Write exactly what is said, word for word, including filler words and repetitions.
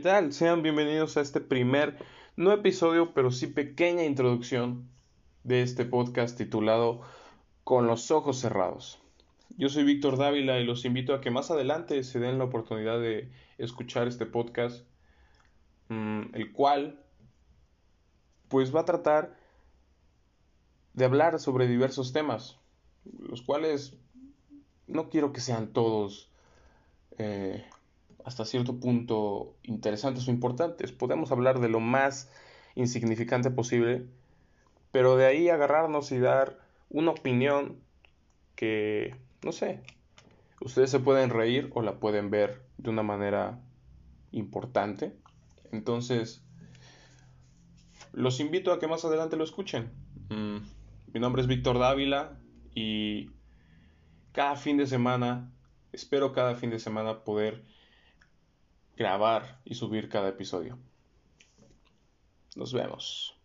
tal? Sean bienvenidos a este primer, no episodio, pero sí pequeña introducción de este podcast titulado Con los ojos cerrados. Yo soy Víctor Dávila y los invito a que más adelante se den la oportunidad de escuchar este podcast, mmm, el cual pues va a tratar de hablar sobre diversos temas, los cuales no quiero que sean todos eh, hasta cierto punto interesantes o importantes. Podemos hablar de lo más insignificante posible, pero de ahí agarrarnos y dar una opinión que, no sé, ustedes se pueden reír o la pueden ver de una manera importante. Entonces, los invito a que más adelante lo escuchen. Mm, mi nombre es Víctor Dávila y cada fin de semana, espero cada fin de semana poder grabar y subir cada episodio. Nos vemos.